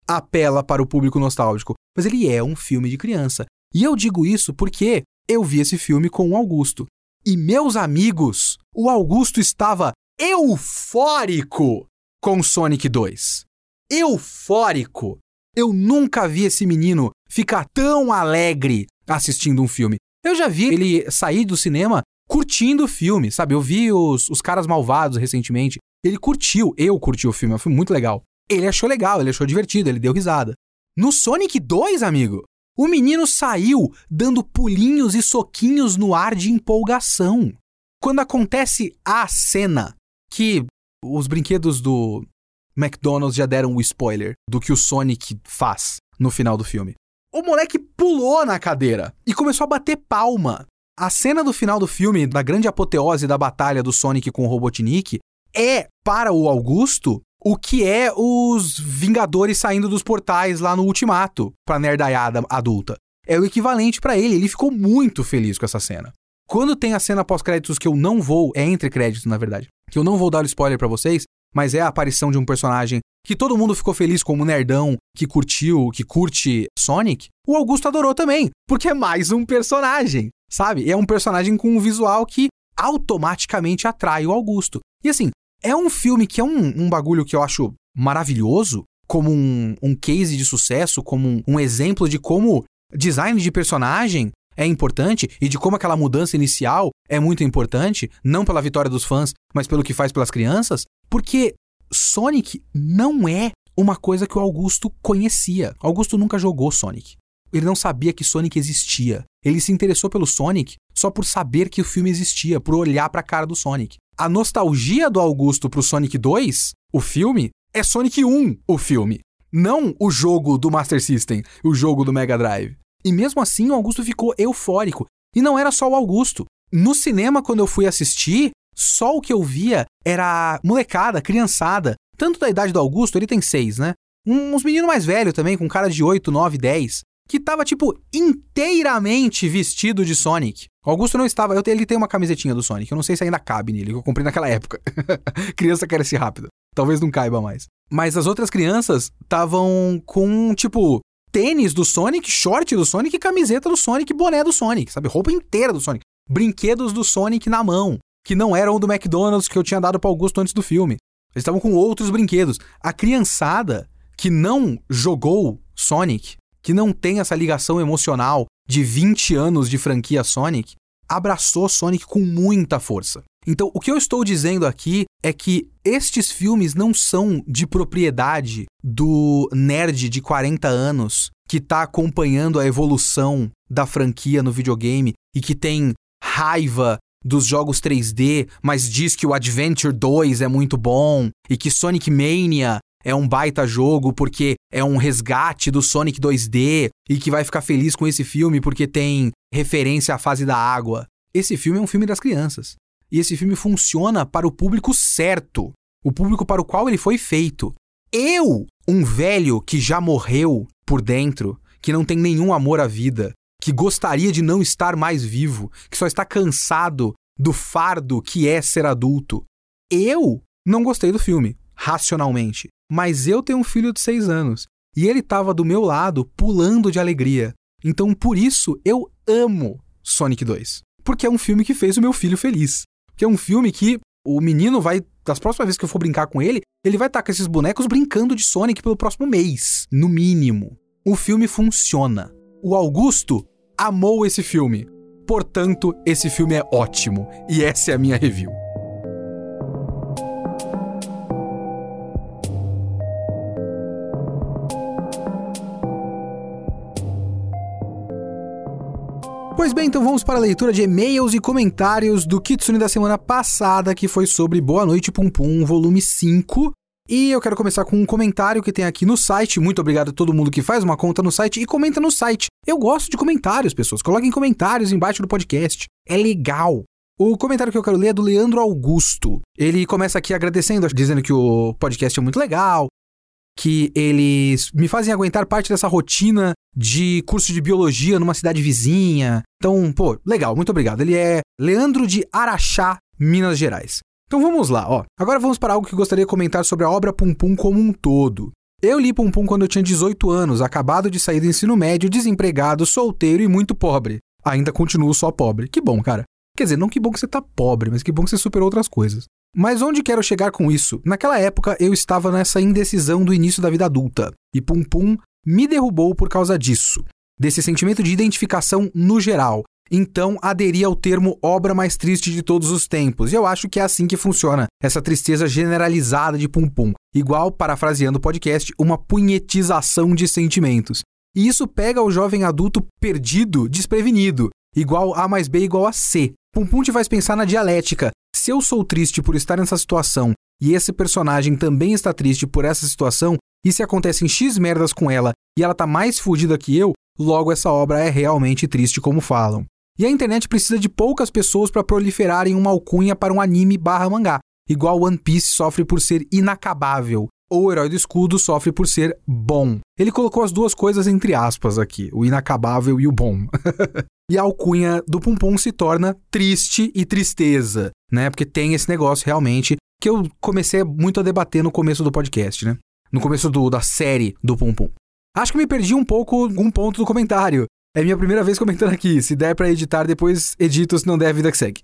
apela para o público nostálgico, mas ele é um filme de criança. E eu digo isso porque eu vi esse filme com o Augusto. E, meus amigos, o Augusto estava eufórico com Sonic 2. Eufórico! Eu nunca vi esse menino ficar tão alegre assistindo um filme. Eu já vi ele sair do cinema curtindo o filme, sabe? Eu vi os Caras Malvados recentemente. Ele curtiu, eu curti o filme, é um filme muito legal. Ele achou legal, ele achou divertido, ele deu risada. No Sonic 2, amigo, o menino saiu dando pulinhos e soquinhos no ar de empolgação. Quando acontece a cena que os brinquedos do McDonald's já deram o spoiler do que o Sonic faz no final do filme. O moleque pulou na cadeira e começou a bater palma. A cena do final do filme, da grande apoteose da batalha do Sonic com o Robotnik, é, para o Augusto, o que é os Vingadores saindo dos portais lá no Ultimato, pra nerdaiada adulta. É o equivalente pra ele, ele ficou muito feliz com essa cena. Quando tem a cena pós-créditos que eu não vou, é entre créditos na verdade, que eu não vou dar o spoiler pra vocês, mas é a aparição de um personagem que todo mundo ficou feliz como nerdão, que curte Sonic, o Augusto adorou também, porque é mais um personagem, sabe? É um personagem com um visual que automaticamente atrai o Augusto. E assim, é um filme que é um bagulho que eu acho maravilhoso, como um case de sucesso, como um exemplo de como design de personagem é importante e de como aquela mudança inicial é muito importante, não pela vitória dos fãs, mas pelo que faz pelas crianças, porque Sonic não é uma coisa que o Augusto conhecia. O Augusto nunca jogou Sonic. Ele não sabia que Sonic existia. Ele se interessou pelo Sonic só por saber que o filme existia, por olhar pra cara do Sonic. A nostalgia do Augusto pro Sonic 2, o filme, é Sonic 1, o filme. Não o jogo do Master System, o jogo do Mega Drive. E mesmo assim o Augusto ficou eufórico. E não era só o Augusto. No cinema, quando eu fui assistir, só o que eu via era molecada, criançada. Tanto da idade do Augusto, ele tem 6, né? Uns meninos mais velhos também, com cara de 8, 9, 10. Que tava, tipo, inteiramente vestido de Sonic. O Augusto não estava... Ele tem uma camisetinha do Sonic. Eu não sei se ainda cabe nele, que eu comprei naquela época. Criança cresce rápido. Talvez não caiba mais. Mas as outras crianças estavam com, tipo, tênis do Sonic, short do Sonic, camiseta do Sonic, boné do Sonic, sabe? Roupa inteira do Sonic. Brinquedos do Sonic na mão, que não eram do McDonald's que eu tinha dado pro Augusto antes do filme. Eles estavam com outros brinquedos. A criançada que não jogou Sonic, que não tem essa ligação emocional de 20 anos de franquia Sonic, abraçou Sonic com muita força. Então, o que eu estou dizendo aqui é que estes filmes não são de propriedade do nerd de 40 anos que está acompanhando a evolução da franquia no videogame e que tem raiva dos jogos 3D, mas diz que o Adventure 2 é muito bom e que Sonic Mania é um baita jogo porque é um resgate do Sonic 2D e que vai ficar feliz com esse filme porque tem referência à fase da água. Esse filme é um filme das crianças. E esse filme funciona para o público certo, o público para o qual ele foi feito. Eu, um velho que já morreu por dentro, que não tem nenhum amor à vida, que gostaria de não estar mais vivo, que só está cansado do fardo que é ser adulto, eu não gostei do filme, racionalmente. Mas eu tenho um filho de 6 anos e ele estava do meu lado pulando de alegria. Então por isso eu amo Sonic 2. Porque é um filme que fez o meu filho feliz. Que é um filme que o menino vai, das próximas vezes que eu for brincar com ele vai estar com esses bonecos brincando de Sonic pelo próximo mês, no mínimo. O filme funciona. O Augusto amou esse filme. Portanto, esse filme é ótimo. E essa é a minha review. Pois bem, então vamos para a leitura de e-mails e comentários do Kitsune da semana passada, que foi sobre Boa Noite Pum Pum, volume 5. E eu quero começar com um comentário que tem aqui no site. Muito obrigado a todo mundo que faz uma conta no site e comenta no site. Eu gosto de comentários, pessoas. Coloquem comentários embaixo do podcast. É legal. O comentário que eu quero ler é do Leandro Augusto. Ele começa aqui agradecendo, dizendo que o podcast é muito legal, que eles me fazem aguentar parte dessa rotina de curso de biologia numa cidade vizinha. Então, pô, legal, muito obrigado. Ele é Leandro de Araxá, Minas Gerais. Então vamos lá, ó. Agora vamos para algo que gostaria de comentar sobre a obra Pum Pum como um todo. Eu li Pum Pum quando eu tinha 18 anos, acabado de sair do ensino médio, desempregado, solteiro e muito pobre. Ainda continuo só pobre. Que bom, cara. Quer dizer, não que bom que você tá pobre, mas que bom que você superou outras coisas. Mas onde quero chegar com isso? Naquela época, eu estava nessa indecisão do início da vida adulta. E Pum Pum me derrubou por causa disso. Desse sentimento de identificação no geral. Então, aderi ao termo obra mais triste de todos os tempos. E eu acho que é assim que funciona essa tristeza generalizada de Pum Pum. Igual, parafraseando o podcast, uma punhetização de sentimentos. E isso pega o jovem adulto perdido, desprevenido. Igual A mais B igual a C. Pum Pum te faz pensar na dialética. Se eu sou triste por estar nessa situação e esse personagem também está triste por essa situação, e se acontecem X merdas com ela e ela tá mais fodida que eu, logo essa obra é realmente triste como falam. E a internet precisa de poucas pessoas para proliferarem uma alcunha para um anime/mangá, igual One Piece sofre por ser inacabável, ou o Herói do Escudo sofre por ser bom. Ele colocou as duas coisas entre aspas aqui, o inacabável e o bom. E a alcunha do Pum Pum se torna triste e tristeza, né? Porque tem esse negócio realmente que eu comecei muito a debater no começo do podcast, né? No começo da série do Pum Pum. Acho que me perdi um pouco um ponto do comentário. É minha primeira vez comentando aqui. Se der pra editar, depois edito, se não der, a vida que segue.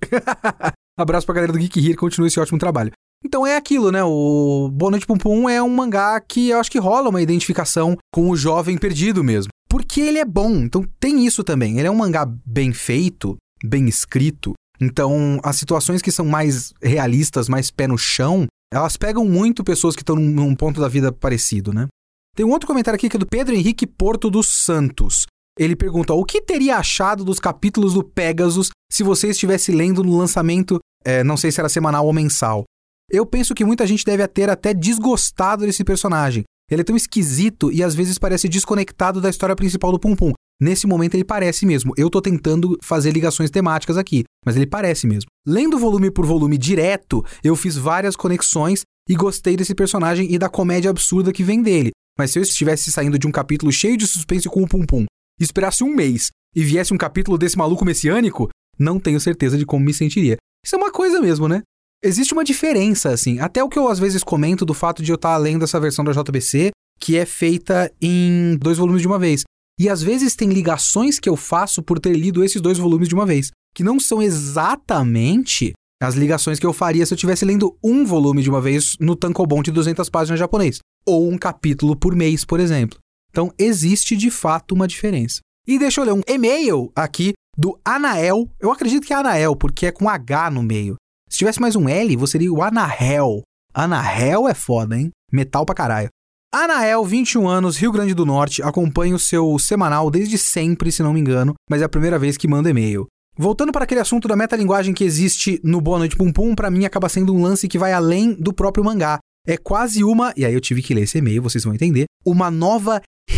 Abraço pra galera do Geek Here, continue esse ótimo trabalho. Então é aquilo, né? O Boa Noite Pum Pum é um mangá que eu acho que rola uma identificação com o jovem perdido mesmo. Porque ele é bom, então tem isso também. Ele é um mangá bem feito, bem escrito. Então as situações que são mais realistas, mais pé no chão, elas pegam muito pessoas que estão num ponto da vida parecido, né? Tem um outro comentário aqui que é do Pedro Henrique Porto dos Santos. Ele pergunta, o que teria achado dos capítulos do Pegasus se você estivesse lendo no lançamento, não sei se era semanal ou mensal. Eu penso que muita gente deve ter até desgostado desse personagem. Ele é tão esquisito e às vezes parece desconectado da história principal do Pum Pum. Nesse momento ele parece mesmo. Eu tô tentando fazer ligações temáticas aqui, mas ele parece mesmo. Lendo volume por volume direto, eu fiz várias conexões e gostei desse personagem e da comédia absurda que vem dele. Mas se eu estivesse saindo de um capítulo cheio de suspense com o Pum Pum, esperasse um mês e viesse um capítulo desse maluco messiânico, não tenho certeza de como me sentiria. Isso é uma coisa mesmo, né? Existe uma diferença, assim. Até o que eu às vezes comento do fato de eu estar lendo essa versão da JBC, que é feita em 2 volumes de uma vez. E às vezes tem ligações que eu faço por ter lido esses 2 volumes de uma vez, que não são exatamente as ligações que eu faria se eu estivesse lendo um volume de uma vez no tankobon de 200 páginas japonês. Ou um capítulo por mês, por exemplo. Então, existe de fato uma diferença. E deixa eu ler um e-mail aqui do Anael. Eu acredito que é Anael, porque é com H no meio. Se tivesse mais um L, você seria o Anahel. Anahel é foda, hein? Metal pra caralho. Anael, 21 anos, Rio Grande do Norte. Acompanho o seu semanal desde sempre, se não me engano, mas é a primeira vez que mando e-mail. Voltando para aquele assunto da metalinguagem que existe no Boa Noite Pum Pum, pra mim acaba sendo um lance que vai além do próprio mangá. É quase uma, e aí eu tive que ler esse e-mail, vocês vão entender, uma nova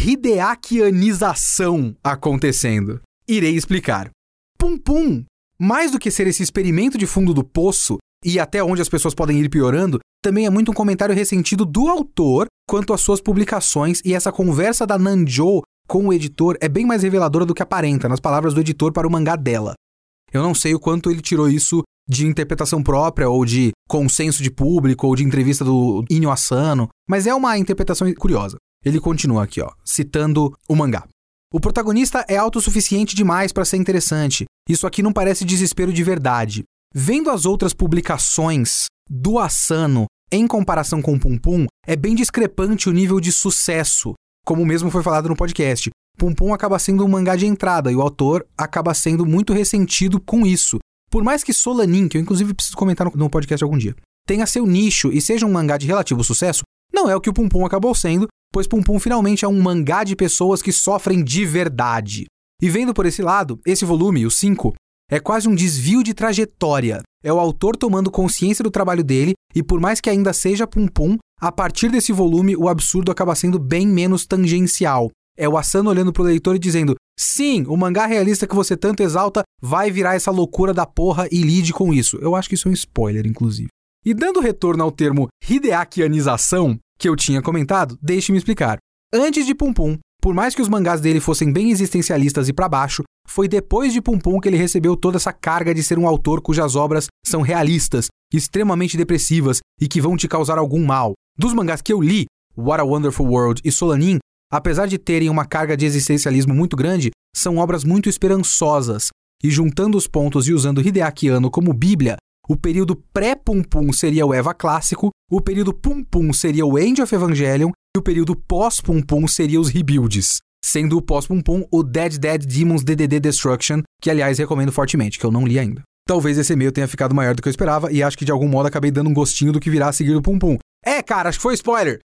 Hideakianização acontecendo. Irei explicar. Pum Pum, mais do que ser esse experimento de fundo do poço, e até onde as pessoas podem ir piorando, também é muito um comentário ressentido do autor quanto às suas publicações, e essa conversa da Nanjo com o editor é bem mais reveladora do que aparenta, nas palavras do editor para o mangá dela. Eu não sei o quanto ele tirou isso de interpretação própria, ou de consenso de público, ou de entrevista do Inyo Asano, mas é uma interpretação curiosa. Ele continua aqui, citando o mangá. O protagonista é autossuficiente demais para ser interessante. Isso aqui não parece desespero de verdade. Vendo as outras publicações do Asano em comparação com o Pum Pum, é bem discrepante o nível de sucesso, como mesmo foi falado no podcast. Pum Pum acaba sendo um mangá de entrada e o autor acaba sendo muito ressentido com isso. Por mais que Solanin, que eu inclusive preciso comentar no podcast algum dia, tenha seu nicho e seja um mangá de relativo sucesso, não é o que o Pum Pum acabou sendo, pois Pum Pum finalmente é um mangá de pessoas que sofrem de verdade. E vendo por esse lado, esse volume, o 5, é quase um desvio de trajetória. É o autor tomando consciência do trabalho dele e por mais que ainda seja Pum Pum, a partir desse volume o absurdo acaba sendo bem menos tangencial. É o Asano olhando pro leitor e dizendo, sim, o mangá realista que você tanto exalta vai virar essa loucura da porra e lide com isso. Eu acho que isso é um spoiler, inclusive. E dando retorno ao termo Hideakianização, que eu tinha comentado, deixe-me explicar. Antes de Pum Pum, por mais que os mangás dele fossem bem existencialistas e pra baixo, foi depois de Pum Pum que ele recebeu toda essa carga de ser um autor cujas obras são realistas, extremamente depressivas e que vão te causar algum mal. Dos mangás que eu li, What a Wonderful World e Solanin, apesar de terem uma carga de existencialismo muito grande, são obras muito esperançosas. E juntando os pontos e usando Hideaki Anno como bíblia, o período pré-Pum Pum seria o Eva clássico, o período Pum Pum seria o End of Evangelion e o período pós-Pum Pum seria os Rebuilds. Sendo o pós-Pum Pum o Dead Demons DDD Destruction, que aliás recomendo fortemente, que eu não li ainda. Talvez esse e-mail tenha ficado maior do que eu esperava e acho que de algum modo acabei dando um gostinho do que virá a seguir do Pum Pum. Cara, acho que foi spoiler!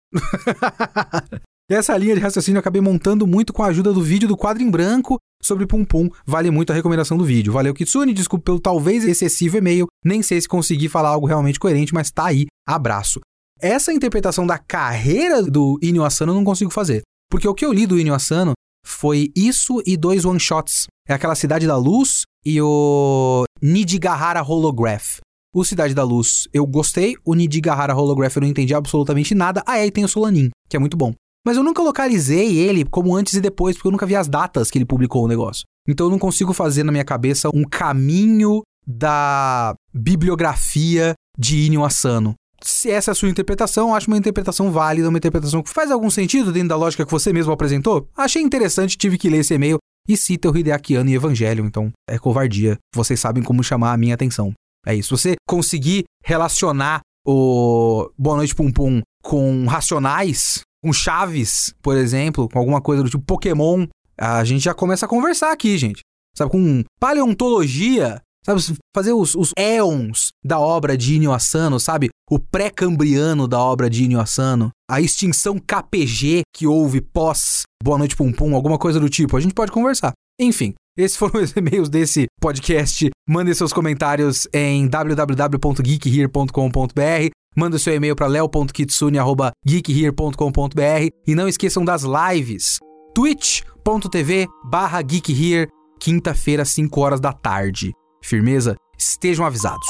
Essa linha de raciocínio eu acabei montando muito com a ajuda do vídeo do quadro em branco sobre Pum Pum. Vale muito a recomendação do vídeo. Valeu, Kitsune, desculpa pelo talvez excessivo e-mail. Nem sei se consegui falar algo realmente coerente, mas tá aí. Abraço. Essa interpretação da carreira do Inyo Asano eu não consigo fazer. Porque o que eu li do Inyo Asano foi isso e 2 one-shots. É aquela Cidade da Luz e o Nijigahara Holograph. O Cidade da Luz eu gostei, o Nijigahara Holograph eu não entendi absolutamente nada. Aí tem o Solanin, que é muito bom. Mas eu nunca localizei ele como antes e depois, porque eu nunca vi as datas que ele publicou o negócio. Então eu não consigo fazer na minha cabeça um caminho da bibliografia de Inyo Asano. Se essa é a sua interpretação, eu acho uma interpretação válida, uma interpretação que faz algum sentido dentro da lógica que você mesmo apresentou. Achei interessante, tive que ler esse e-mail e cita o Hideaki Anno e Evangelion, então é covardia. Vocês sabem como chamar a minha atenção. É isso. Se você conseguir relacionar o Boa Noite Pum Pum com Racionais, com Chaves, por exemplo, com alguma coisa do tipo Pokémon, a gente já começa a conversar aqui, gente. Sabe, com paleontologia, sabe, fazer os éons da obra de Inyo Asano, sabe? O pré-cambriano da obra de Inyo Asano, a extinção KPG que houve pós Boa Noite Pum Pum, alguma coisa do tipo, a gente pode conversar. Enfim, esses foram os e-mails desse podcast. Mandem seus comentários em www.geekhere.com.br. Manda o seu e-mail para leo.kitsune@geekhere.com.br e não esqueçam das lives. twitch.tv/geekhere, quinta-feira, 5 horas da tarde. Firmeza? Estejam avisados.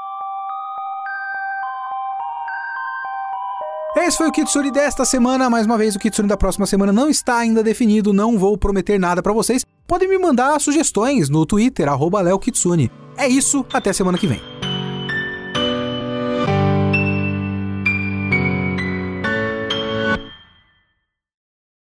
Esse foi o Kitsune desta semana. Mais uma vez, o Kitsune da próxima semana não está ainda definido. Não vou prometer nada para vocês. Podem me mandar sugestões no Twitter, @LeoKitsune. É isso, até semana que vem.